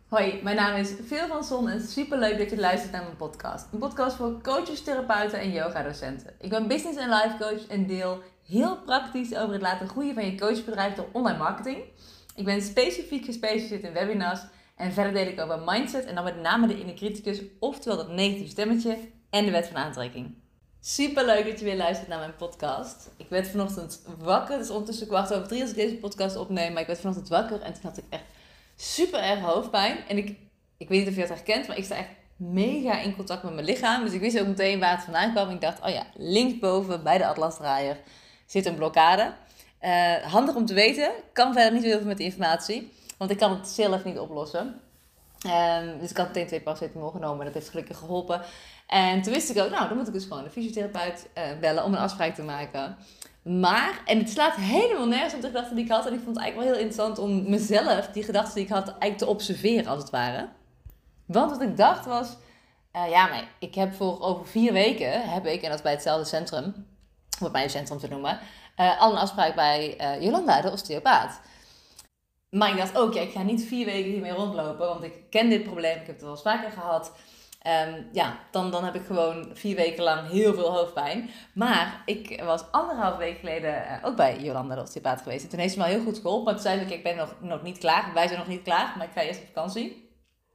Hoi, mijn naam is Veel van Son en superleuk dat je luistert naar mijn podcast. Een podcast voor coaches, therapeuten en yogadocenten. Ik ben business en life coach en deel heel praktisch over het laten groeien van je coachbedrijf door online marketing. Ik ben specifiek gespecialiseerd in webinars en verder deel ik over mindset en dan met name de inner criticus, oftewel dat negatieve stemmetje en de wet van aantrekking. Superleuk dat je weer luistert naar mijn podcast. Ik werd vanochtend wakker, het is ondertussen 3:15 als ik deze podcast opneem, maar ik werd vanochtend wakker en toen had ik echt super erg hoofdpijn. En ik weet niet of je dat herkent, maar ik sta echt mega in contact met mijn lichaam. Dus ik wist ook meteen waar het vandaan kwam. Ik dacht, oh ja, linksboven bij de atlasdraaier zit een blokkade. Handig om te weten. Kan verder niet heel veel met de informatie. Want ik kan het zelf niet oplossen. Dus ik had meteen 2 paracetamol genomen. Dat heeft gelukkig geholpen. En toen wist ik ook, nou, dan moet ik dus gewoon een fysiotherapeut bellen om een afspraak te maken. Maar, en het slaat helemaal nergens op de gedachten die ik had. En ik vond het eigenlijk wel heel interessant om mezelf, die gedachten die ik had, eigenlijk te observeren als het ware. Want wat ik dacht was, maar ik heb voor over 4 weken, en dat is bij hetzelfde centrum, om het bij een centrum te noemen, al een afspraak bij Jolanda, de osteopaat. Maar ik dacht ook, ik ga niet 4 weken hiermee rondlopen, want ik ken dit probleem, ik heb het wel eens vaker gehad. Dan heb ik gewoon 4 weken lang heel veel hoofdpijn. Maar ik was 1,5 week geleden ook bij Jolanda, de osteopaat, geweest. En toen heeft ze me al heel goed geholpen. Maar toen zei ze, ik ben nog niet klaar. Wij zijn nog niet klaar, maar ik ga eerst op vakantie.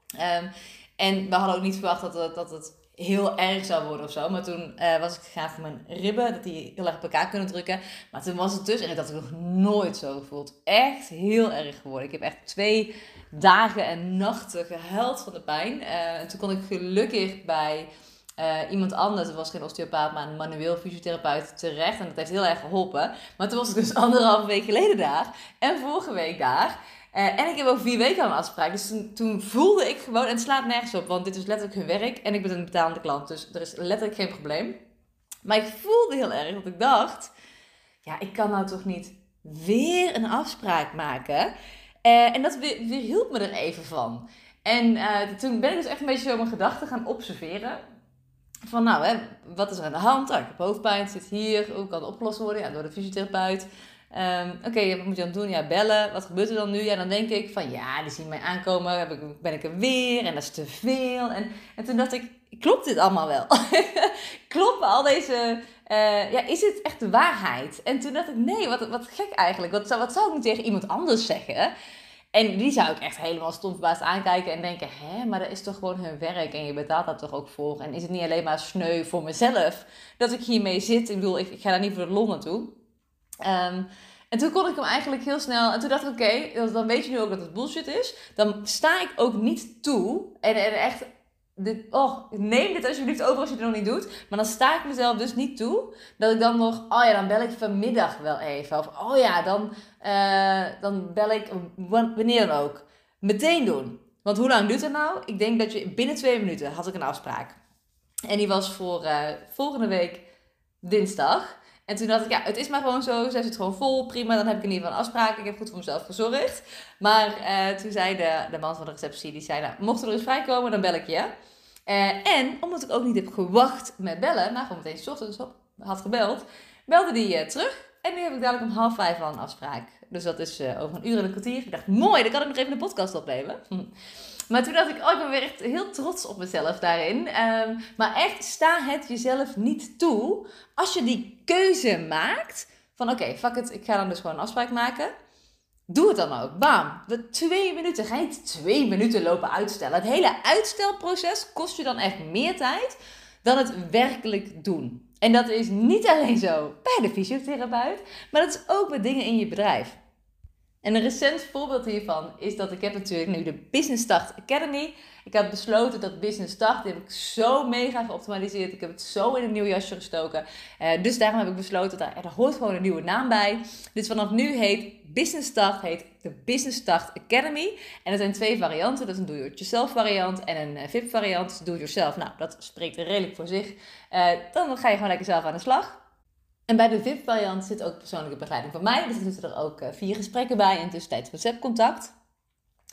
En we hadden ook niet verwacht dat het heel erg zou worden of zo. Maar toen was ik gegaan voor mijn ribben, dat die heel erg op elkaar kunnen drukken. Maar toen was het dus, en dat had ik nog nooit zo gevoeld, echt heel erg geworden. Ik heb echt 2 dagen en nachten gehuild van de pijn. En toen kon ik gelukkig bij iemand anders, het was geen osteopaat, maar een manueel fysiotherapeut terecht. En dat heeft heel erg geholpen. Maar toen was ik dus 1,5 week geleden daar en vorige week daar. En ik heb over 4 weken al een afspraak. Dus toen voelde ik gewoon, en het slaat nergens op, want dit is letterlijk hun werk en ik ben een betalende klant. Dus er is letterlijk geen probleem. Maar ik voelde heel erg dat ik dacht, ja, ik kan nou toch niet weer een afspraak maken. En dat weerhield me er even van. En toen ben ik dus echt een beetje zo mijn gedachten gaan observeren. Van nou, wat is er aan de hand? Ik heb hoofdpijn, het zit hier. Hoe kan het opgelost worden? Ja, door de fysiotherapeut. Oké, wat moet je dan doen? Ja, bellen. Wat gebeurt er dan nu? Ja, dan denk ik van ja, die zien mij aankomen. Ben ik er weer? En dat is te veel. En toen dacht ik, klopt dit allemaal wel? Kloppen al deze... is dit echt de waarheid? En toen dacht ik, nee, wat gek eigenlijk. Wat zou ik nu tegen iemand anders zeggen? En die zou ik echt helemaal stom verbaasd aankijken en denken, maar dat is toch gewoon hun werk en je betaalt daar toch ook voor. En is het niet alleen maar sneu voor mezelf dat ik hiermee zit? Ik bedoel, ik ga daar niet voor de lol naartoe. En toen kon ik hem eigenlijk heel snel, en toen dacht ik, oké, dan weet je nu ook dat het bullshit is. Dan sta ik ook niet toe en echt... neem dit alsjeblieft over als je het nog niet doet. Maar dan sta ik mezelf dus niet toe dat ik dan nog... dan bel ik vanmiddag wel even. Of dan bel ik wanneer dan ook. Meteen doen. Want hoe lang duurt het nou? Ik denk dat je binnen 2 minuten had ik een afspraak. En die was voor volgende week dinsdag. En toen dacht ik, het is maar gewoon zo. Zij zit gewoon vol, prima. Dan heb ik in ieder geval een afspraak. Ik heb goed voor mezelf gezorgd. Maar toen zei de man van de receptie, die zei, mocht er eens vrijkomen, dan bel ik je. En omdat ik ook niet heb gewacht met bellen, maar gewoon meteen 's ochtends had gebeld, belde die terug. En nu heb ik dadelijk om 4:30 al een afspraak. Dus dat is over 1 uur en een kwartier. Ik dacht, mooi, dan kan ik nog even een podcast opnemen. Maar toen dacht ik, ik ben weer echt heel trots op mezelf daarin. Maar echt, sta het jezelf niet toe als je die keuze maakt van oké, fuck it, ik ga dan dus gewoon een afspraak maken. Doe het dan ook. Bam. 2 minuten. Ga je niet 2 minuten lopen uitstellen. Het hele uitstelproces kost je dan echt meer tijd dan het werkelijk doen. En dat is niet alleen zo bij de fysiotherapeut, maar dat is ook bij dingen in je bedrijf. En een recent voorbeeld hiervan is dat ik heb natuurlijk nu de Business Start Academy. Ik heb besloten dat Business Start, die heb ik zo mega geoptimaliseerd. Ik heb het zo in een nieuw jasje gestoken. Dus daarom heb ik besloten dat er hoort gewoon een nieuwe naam bij. Dus vanaf nu heet Business Start de Business Start Academy. En er zijn 2 varianten. Dat is een do-it-yourself variant en een VIP variant. Do-it-yourself, nou dat spreekt redelijk voor zich. Dan ga je gewoon lekker zelf aan de slag. En bij de VIP-variant zit ook persoonlijke begeleiding van mij. Dus er zitten er ook 4 gesprekken bij en tussentijds WhatsApp-contact.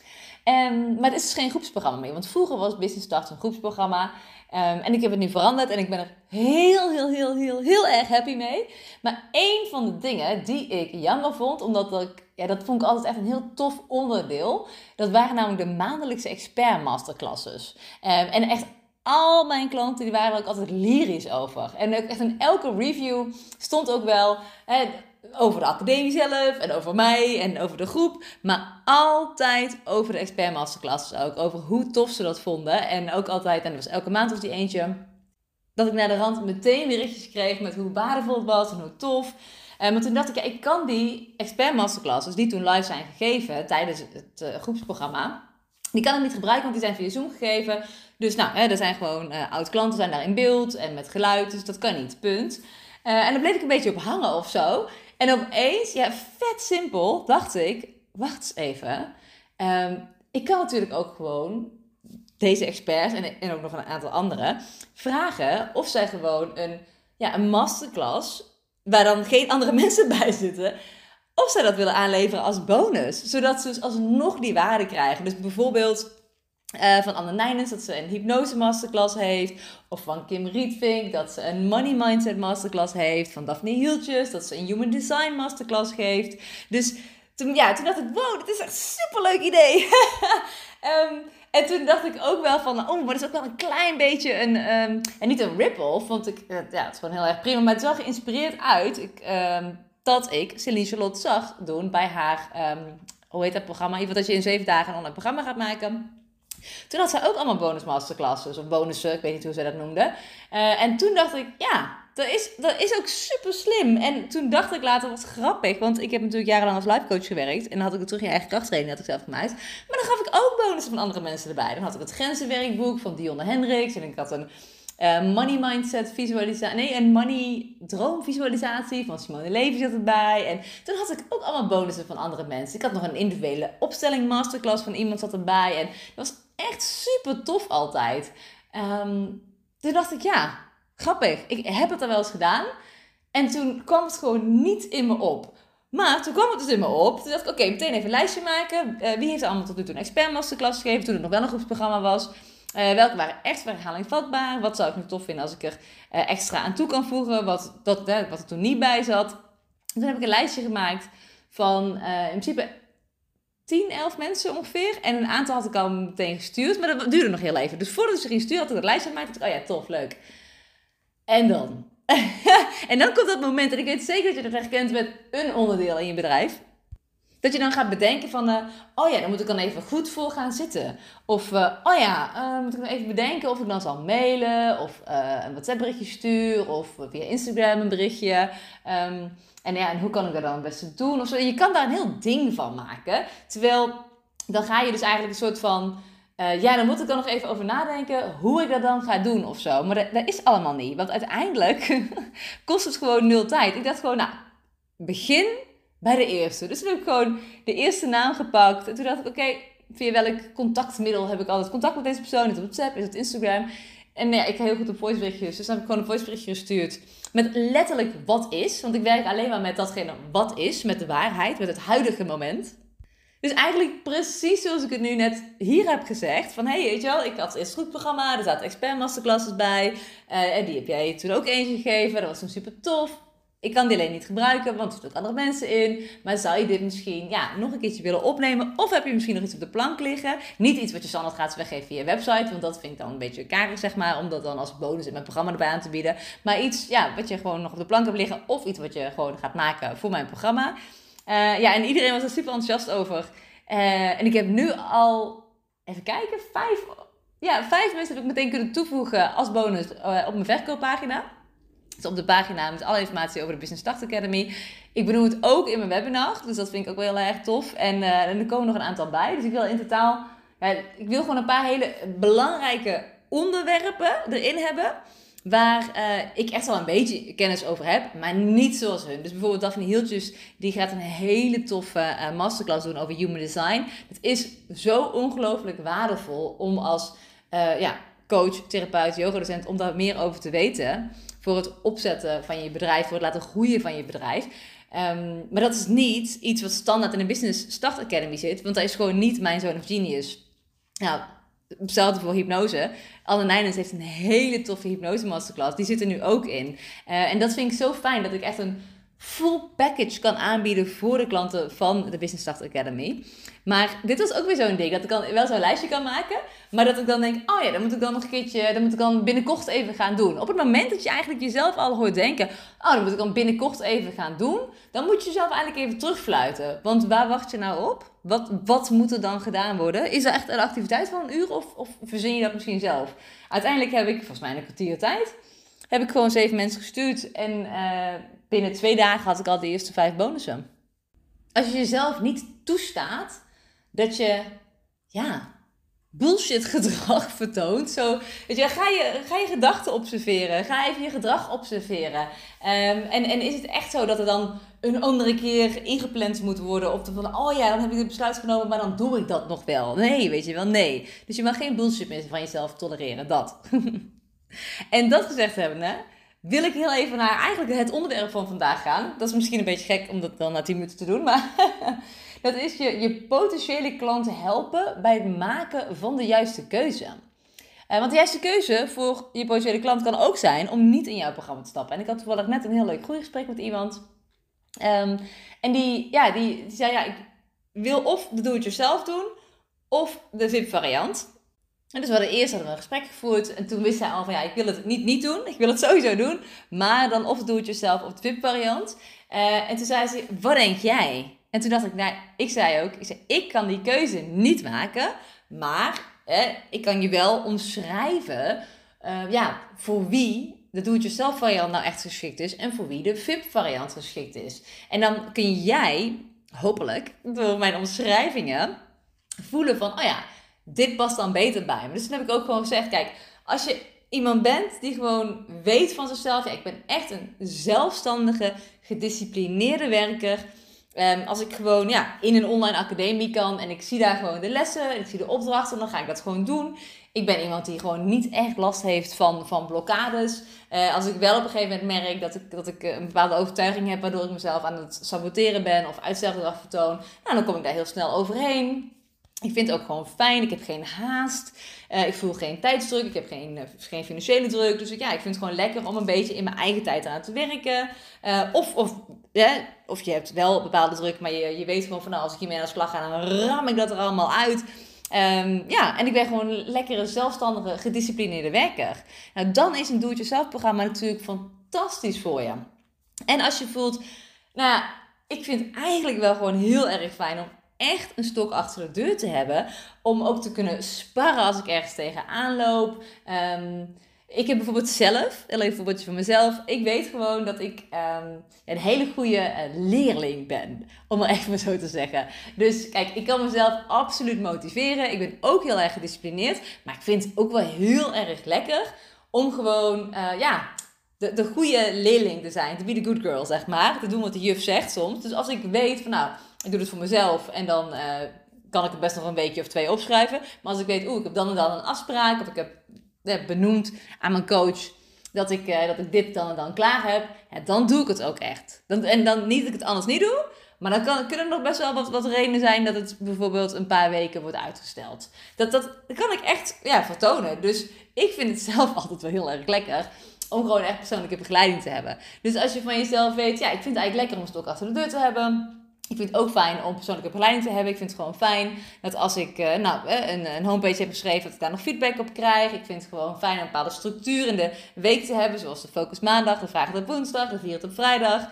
Maar het is dus geen groepsprogramma meer. Want vroeger was Business Start een groepsprogramma. En ik heb het nu veranderd en ik ben er heel erg happy mee. Maar één van de dingen die ik jammer vond, dat vond ik altijd echt een heel tof onderdeel. Dat waren namelijk de maandelijkse expert masterclasses. En echt al mijn klanten die waren er ook altijd lyrisch over. En ook echt in elke review stond ook wel over de academie zelf en over mij en over de groep. Maar altijd over de expert masterclasses ook. Over hoe tof ze dat vonden. En ook altijd, en er was elke maand was die eentje, dat ik naar de rand meteen berichtjes kreeg met hoe waardevol het was en hoe tof. Maar toen dacht ik, ik kan die expert masterclasses die toen live zijn gegeven tijdens het groepsprogramma, die kan ik niet gebruiken, want die zijn via Zoom gegeven. Dus er zijn gewoon oud-klanten zijn daar in beeld en met geluid, dus dat kan niet, punt. En dan bleef ik een beetje op hangen of zo. En opeens, vet simpel, dacht ik, wacht eens even. Ik kan natuurlijk ook gewoon deze experts en ook nog een aantal anderen vragen of zij gewoon een masterclass, waar dan geen andere mensen bij zitten, of zij dat willen aanleveren als bonus. Zodat ze dus alsnog die waarde krijgen. Dus bijvoorbeeld van Anne Nijnens dat ze een hypnose masterclass heeft. Of van Kim Rietvink dat ze een money mindset masterclass heeft. Van Daphne Hieltjes dat ze een human design masterclass geeft. Dus toen dacht ik, wow, dit is echt een superleuk idee. En toen dacht ik ook wel van, maar dat is ook wel een klein beetje en niet een rip-off, want het is gewoon heel erg prima. Maar het zag geïnspireerd uit dat ik Celine Charlotte zag doen bij haar, hoe heet dat programma? In ieder geval dat je in 7 dagen een online programma gaat maken. Toen had zij ook allemaal bonus masterclasses of bonussen, ik weet niet hoe zij dat noemde. En toen dacht ik, dat is ook super slim. En toen dacht ik later, wat grappig, want ik heb natuurlijk jarenlang als life coach gewerkt. En dan had ik het terug in eigen krachttraining, had ik zelf gemaakt. Maar dan gaf ik ook bonussen van andere mensen erbij. Dan had ik het grenzenwerkboek van Dionne Hendricks. En ik had een money mindset visualisatie. Nee, een money droomvisualisatie van Simone Levy zat erbij. En toen had ik ook allemaal bonussen van andere mensen. Ik had nog een individuele opstelling masterclass van iemand zat erbij. En dat was echt super tof altijd. Toen dacht ik, grappig. Ik heb het al wel eens gedaan. En toen kwam het gewoon niet in me op. Maar toen kwam het dus in me op. Toen dacht ik, meteen even een lijstje maken. Wie heeft er allemaal tot nu toe een expert masterclass gegeven toen het nog wel een groepsprogramma was? Welke waren echt voor herhaling vatbaar? Wat zou ik nu tof vinden als ik er extra aan toe kan voegen? Wat er toen niet bij zat. Toen heb ik een lijstje gemaakt van in principe 10, 11 mensen ongeveer. En een aantal had ik al meteen gestuurd. Maar dat duurde nog heel even. Dus voordat ik ze ging sturen had ik dat lijstje gemaakt. Dacht ik, tof, leuk. En dan? En dan komt dat moment. En ik weet zeker dat je dat herkent met een onderdeel in je bedrijf. Dat je dan gaat bedenken van, daar moet ik dan even goed voor gaan zitten. Of, moet ik dan even bedenken of ik dan zal mailen. Of een WhatsApp berichtje stuur. Of via Instagram een berichtje. En hoe kan ik dat dan het beste doen? Of zo. Je kan daar een heel ding van maken. Terwijl, dan ga je dus eigenlijk een soort van, dan moet ik dan nog even over nadenken hoe ik dat dan ga doen of zo. Maar dat is allemaal niet. Want uiteindelijk kost het gewoon 0 tijd. Ik dacht gewoon, begin bij de eerste. Dus toen heb ik gewoon de eerste naam gepakt. En toen dacht ik, via welk contactmiddel heb ik altijd contact met deze persoon? Is het WhatsApp? Is het Instagram? En ik ga heel goed op voiceberichtjes. Dus dan heb ik gewoon een voiceberichtje gestuurd. Met letterlijk wat is. Want ik werk alleen maar met datgene wat is. Met de waarheid. Met het huidige moment. Dus eigenlijk precies zoals ik het nu net hier heb gezegd. Van weet je wel, ik had eerst een groepsprogramma. Er zaten expert masterclasses bij. En die heb jij toen ook eentje gegeven. Dat was toen super tof. Ik kan die alleen niet gebruiken, want er zitten ook andere mensen in. Maar zou je dit misschien nog een keertje willen opnemen? Of heb je misschien nog iets op de plank liggen? Niet iets wat je standaard gaat weggeven via je website. Want dat vind ik dan een beetje karig, zeg maar. Om dat dan als bonus in mijn programma erbij aan te bieden. Maar iets wat je gewoon nog op de plank hebt liggen. Of iets wat je gewoon gaat maken voor mijn programma. En iedereen was er super enthousiast over. En ik heb nu al, even kijken, 5 mensen heb ik meteen kunnen toevoegen als bonus op mijn verkooppagina. Dus op de pagina met alle informatie over de Business Start Academy. Ik benoem het ook in mijn webinar. Dus dat vind ik ook wel heel erg tof. En er komen nog een aantal bij. Dus ik wil in totaal, ik wil gewoon een paar hele belangrijke onderwerpen erin hebben. Waar ik echt wel een beetje kennis over heb. Maar niet zoals hun. Dus bijvoorbeeld Daphne Hieltjes. Die gaat een hele toffe masterclass doen over human design. Het is zo ongelooflijk waardevol om als coach, therapeut, yogadocent, om daar meer over te weten. Voor het opzetten van je bedrijf, voor het laten groeien van je bedrijf. Maar dat is niet iets wat standaard in een Business Start Academy zit. Want dat is gewoon niet mijn Zone of Genius. Nou, hetzelfde voor hypnose. Anne Nijnens heeft een hele toffe hypnose masterclass. Die zit er nu ook in. En dat vind ik zo fijn dat ik echt een full package kan aanbieden voor de klanten van de Business Start Academy. Maar dit was ook weer zo'n ding, dat ik dan wel zo'n lijstje kan maken, maar dat ik dan denk, oh ja, dat moet ik dan nog een keertje, dat moet ik dan binnenkort even gaan doen. Op het moment dat je eigenlijk jezelf al hoort denken, oh, dat moet ik dan binnenkort even gaan doen, dan moet je jezelf eigenlijk even terugfluiten. Want waar wacht je nou op? Wat moet er dan gedaan worden? Is er echt een activiteit van een uur of verzin je dat misschien zelf? Uiteindelijk heb ik, volgens mij in een kwartier tijd, heb ik gewoon 7 mensen gestuurd en binnen 2 dagen had ik al de eerste 5 bonussen. Als je jezelf niet toestaat dat je, bullshit gedrag vertoont. Zo, weet je, ga je gedachten observeren. Ga even je gedrag observeren. En is het echt zo dat er dan een andere keer ingepland moet worden? Of van, oh ja, dan heb ik het besluit genomen, maar dan doe ik dat nog wel. Nee, weet je wel, nee. Dus je mag geen bullshit meer van jezelf tolereren, dat. En dat gezegd hebben, wil ik heel even naar eigenlijk het onderwerp van vandaag gaan. Dat is misschien een beetje gek om dat dan na 10 minuten te doen, maar dat is je potentiële klanten helpen bij het maken van de juiste keuze. Want de juiste keuze voor je potentiële klant kan ook zijn om niet in jouw programma te stappen. En ik had toevallig net een heel leuk groeigesprek met iemand. En die zei, ik wil of de do-it-yourself doen of de VIP-variant. En dus hadden we een gesprek gevoerd en toen wist hij al van ik wil het niet doen. Ik wil het sowieso doen, maar dan of do it yourself of de VIP-variant. En toen zei ze, wat denk jij? En toen dacht ik, ik kan die keuze niet maken, maar ik kan je wel omschrijven voor wie de do-it-yourself variant nou echt geschikt is en voor wie de VIP-variant geschikt is. En dan kun jij, hopelijk, door mijn omschrijvingen voelen van, dit past dan beter bij me. Dus toen heb ik ook gewoon gezegd, kijk, als je iemand bent die gewoon weet van zichzelf, ik ben echt een zelfstandige, gedisciplineerde werker. Als ik gewoon in een online academie kan en ik zie daar gewoon de lessen en ik zie de opdrachten, dan ga ik dat gewoon doen. Ik ben iemand die gewoon niet echt last heeft van blokkades. Als ik wel op een gegeven moment merk dat ik een bepaalde overtuiging heb waardoor ik mezelf aan het saboteren ben of uitstelgedrag vertoon, dan kom ik daar heel snel overheen. Ik vind het ook gewoon fijn. Ik heb geen haast. Ik voel geen tijdsdruk. Ik heb geen financiële druk. Dus ik vind het gewoon lekker om een beetje in mijn eigen tijd aan te werken. Of je hebt wel bepaalde druk, maar je weet gewoon van als ik hiermee aan de slag ga, dan ram ik dat er allemaal uit. En ik ben gewoon een lekkere, zelfstandige, gedisciplineerde werker. Nou, dan is een do-it-yourself programma natuurlijk fantastisch voor je. En als je voelt, ik vind het eigenlijk wel gewoon heel erg fijn om echt een stok achter de deur te hebben. Om ook te kunnen sparren als ik ergens tegenaan loop. Ik heb bijvoorbeeld zelf, een leuk voorbeeldje van mezelf. Ik weet gewoon dat ik een hele goede leerling ben. Om maar even maar zo te zeggen. Dus kijk, ik kan mezelf absoluut motiveren. Ik ben ook heel erg gedisciplineerd. Maar ik vind het ook wel heel erg lekker om gewoon, de goede leerling te zijn. To be the good girl, zeg maar. Te doen wat de juf zegt soms. Dus als ik weet van ik doe het voor mezelf en dan kan ik het best nog een weekje of 2 opschrijven. Maar als ik weet, ik heb dan en dan een afspraak of ik heb benoemd aan mijn coach dat ik dit dan en dan klaar heb, dan doe ik het ook echt. En dan niet dat ik het anders niet doe, maar dan kunnen er nog best wel wat redenen zijn dat het bijvoorbeeld een paar weken wordt uitgesteld. Dat kan ik echt vertonen. Dus ik vind het zelf altijd wel heel erg lekker om gewoon echt persoonlijke begeleiding te hebben. Dus als je van jezelf weet, ik vind het eigenlijk lekker om een stok achter de deur te hebben. Ik vind het ook fijn om persoonlijke begeleiding te hebben. Ik vind het gewoon fijn dat als ik een homepage heb geschreven, dat ik daar nog feedback op krijg. Ik vind het gewoon fijn een bepaalde structuur in de week te hebben. Zoals de focus maandag, de vraag op woensdag, de vier op vrijdag.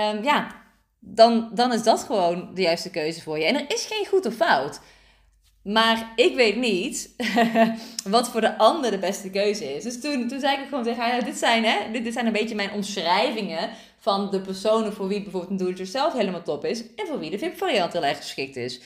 Dan is dat gewoon de juiste keuze voor je. En er is geen goed of fout. Maar ik weet niet wat voor de ander de beste keuze is. Dus toen zei ik gewoon tegen haar, dit zijn een beetje mijn omschrijvingen van de personen voor wie bijvoorbeeld een do-it-yourself helemaal top is. En voor wie de VIP-variant heel erg geschikt is.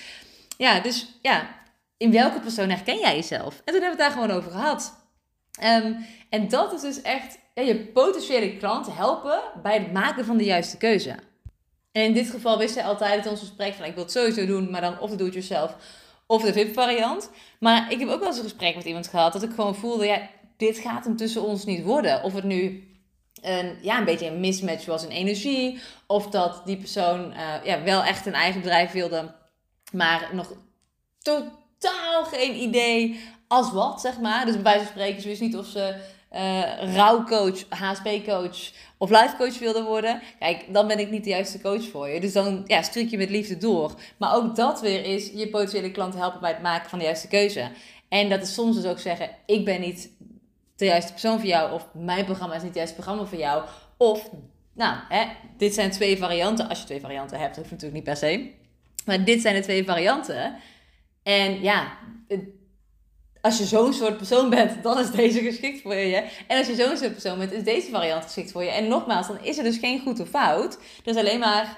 In welke persoon herken jij jezelf? En toen hebben we het daar gewoon over gehad. En dat is dus echt je potentiële klant helpen bij het maken van de juiste keuze. En in dit geval wist zij altijd uit ons gesprek van ik wil het sowieso doen, maar dan of de do-it-yourself of de VIP-variant. Maar ik heb ook wel eens een gesprek met iemand gehad dat ik gewoon voelde, dit gaat hem tussen ons niet worden. Of het nu een beetje een mismatch was in energie. Of dat die persoon wel echt een eigen bedrijf wilde, maar nog totaal geen idee als wat, zeg maar. Dus bij wijze van spreken, ze wist niet of ze rouwcoach, HSP-coach of life-coach wilde worden. Kijk, dan ben ik niet de juiste coach voor je. Dus dan strik je met liefde door. Maar ook dat weer is je potentiële klant helpen bij het maken van de juiste keuze. En dat is soms dus ook zeggen, ik ben niet de juiste persoon voor jou. Of mijn programma is niet het juiste programma voor jou. Of, dit zijn 2 varianten. Als je 2 varianten hebt, hoeft natuurlijk niet per se. Maar dit zijn de 2 varianten. En als je zo'n soort persoon bent, dan is deze geschikt voor je. En als je zo'n soort persoon bent, is deze variant geschikt voor je. En nogmaals, dan is er dus geen goed of fout. Dus alleen maar,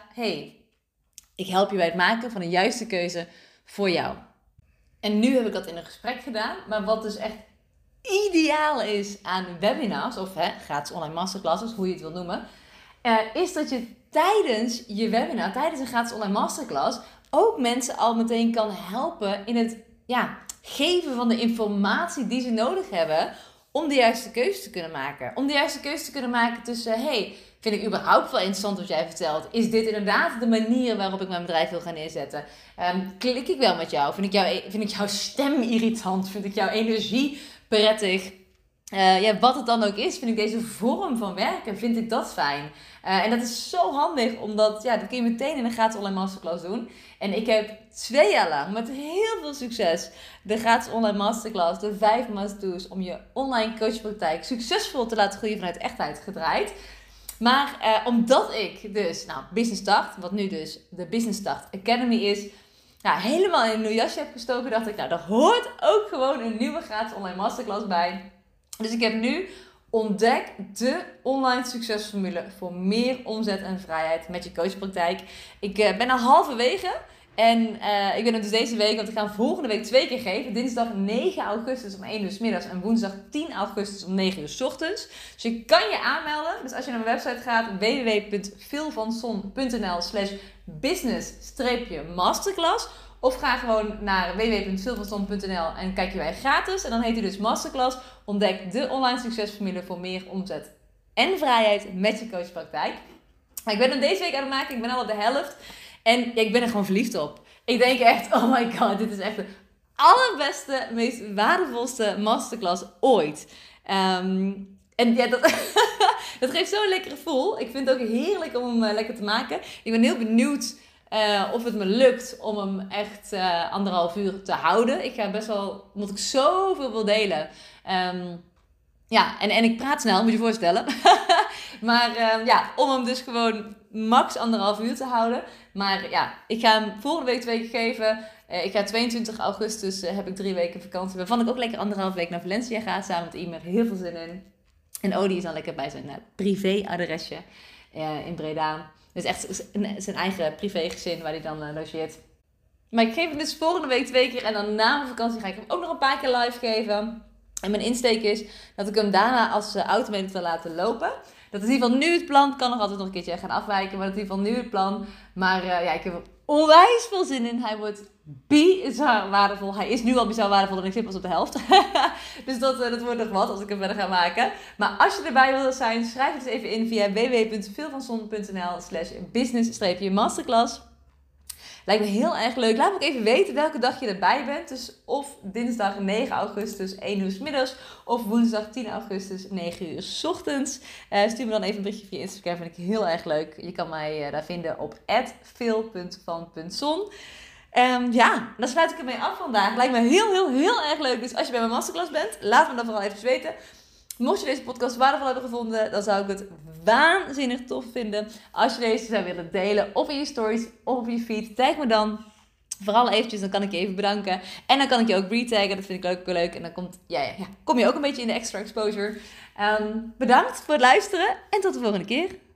ik help je bij het maken van de juiste keuze voor jou. En nu heb ik dat in een gesprek gedaan. Maar wat dus echt ideaal is aan webinars, of gratis online masterclasses, hoe je het wil noemen, is dat je tijdens je webinar, tijdens een gratis online masterclass, ook mensen al meteen kan helpen in het geven van de informatie die ze nodig hebben om de juiste keuze te kunnen maken. Om de juiste keuze te kunnen maken tussen, vind ik überhaupt wel interessant wat jij vertelt? Is dit inderdaad de manier waarop ik mijn bedrijf wil gaan neerzetten? Klik ik wel met jou? Vind ik jouw stem irritant? Vind ik jouw energie prettig? Wat het dan ook is, vind ik deze vorm van werken, vind ik dat fijn. En dat is zo handig, omdat dat kun je meteen in een gratis online masterclass doen. En ik heb 2 jaar lang met heel veel succes de gratis online masterclass, de 5 must-do's om je online coachpraktijk succesvol te laten groeien vanuit echtheid gedraaid. Maar omdat ik dus Business Start, wat nu dus de Business Start Academy is, helemaal in een nieuw jasje heb gestoken, dacht ik, daar hoort ook gewoon een nieuwe gratis online masterclass bij. Dus ik heb nu ontdekt de online succesformule voor meer omzet en vrijheid met je coachpraktijk. Ik ben al halverwege en ik ben het dus deze week, want ik ga hem volgende week 2 keer geven. Dinsdag 9 augustus om 1 uur 's middags en woensdag 10 augustus om 9 uur 's ochtends. Dus je kan je aanmelden. Dus als je naar mijn website gaat, www.philvanson.nl/business-masterclass. Of ga gewoon naar www.philvanson.nl en kijk je bij gratis. En dan heet hij dus Masterclass. Ontdek de online succesformule voor meer omzet en vrijheid met je coachpraktijk. Ik ben hem deze week aan het maken. Ik ben al op de helft. En ik ben er gewoon verliefd op. Ik denk echt, oh my god, dit is echt de allerbeste, meest waardevolste masterclass ooit. Dat geeft zo'n lekker gevoel. Ik vind het ook heerlijk om hem lekker te maken. Ik ben heel benieuwd of het me lukt om hem echt 1,5 uur te houden. Ik ga best wel, omdat ik zoveel wil delen. En ik praat snel, moet je je voorstellen. Maar om hem dus gewoon max 1,5 uur te houden. Maar ik ga hem volgende week 2 keer geven. Ik ga 22 augustus, heb ik 3 weken vakantie. Waarvan ik ook lekker 1,5 week naar Valencia ga. Samen met Imer, heel veel zin in. En Odi is dan lekker bij zijn privé-adresje in Breda. Dus echt zijn eigen privégezin waar hij dan logeert. Maar ik geef hem dus volgende week 2 keer. En dan na mijn vakantie ga ik hem ook nog een paar keer live geven. En mijn insteek is dat ik hem daarna als automated wil laten lopen. Dat is in ieder geval nu het plan. Kan nog altijd nog een keertje gaan afwijken. Maar dat is in ieder geval nu het plan. Maar ik heb er onwijs veel zin in. Hij wordt bizar waardevol. Hij is nu al bizar waardevol en ik zit pas op de helft. Dus dat wordt nog wat als ik hem verder ga maken. Maar als je erbij wil zijn, schrijf het eens even in via www.philvanson.nl/business-masterclass. Lijkt me heel erg leuk. Laat me ook even weten welke dag je erbij bent. Dus of dinsdag 9 augustus 1 uur 's middags. Of woensdag 10 augustus 9 uur 's ochtends. Stuur me dan even een berichtje via Instagram. Vind ik heel erg leuk. Je kan mij daar vinden op @phil.van.son. Dan sluit ik ermee af vandaag. Lijkt me heel, heel, heel erg leuk. Dus als je bij mijn masterclass bent, laat me dat vooral even weten. Mocht je deze podcast waardevol hebben gevonden, dan zou ik het waanzinnig tof vinden als je deze zou willen delen. Of in je stories, of op je feed. Tag me dan vooral eventjes, dan kan ik je even bedanken. En dan kan ik je ook retaggen, dat vind ik ook leuk. En dan kom je ook een beetje in de extra exposure. Bedankt voor het luisteren en tot de volgende keer.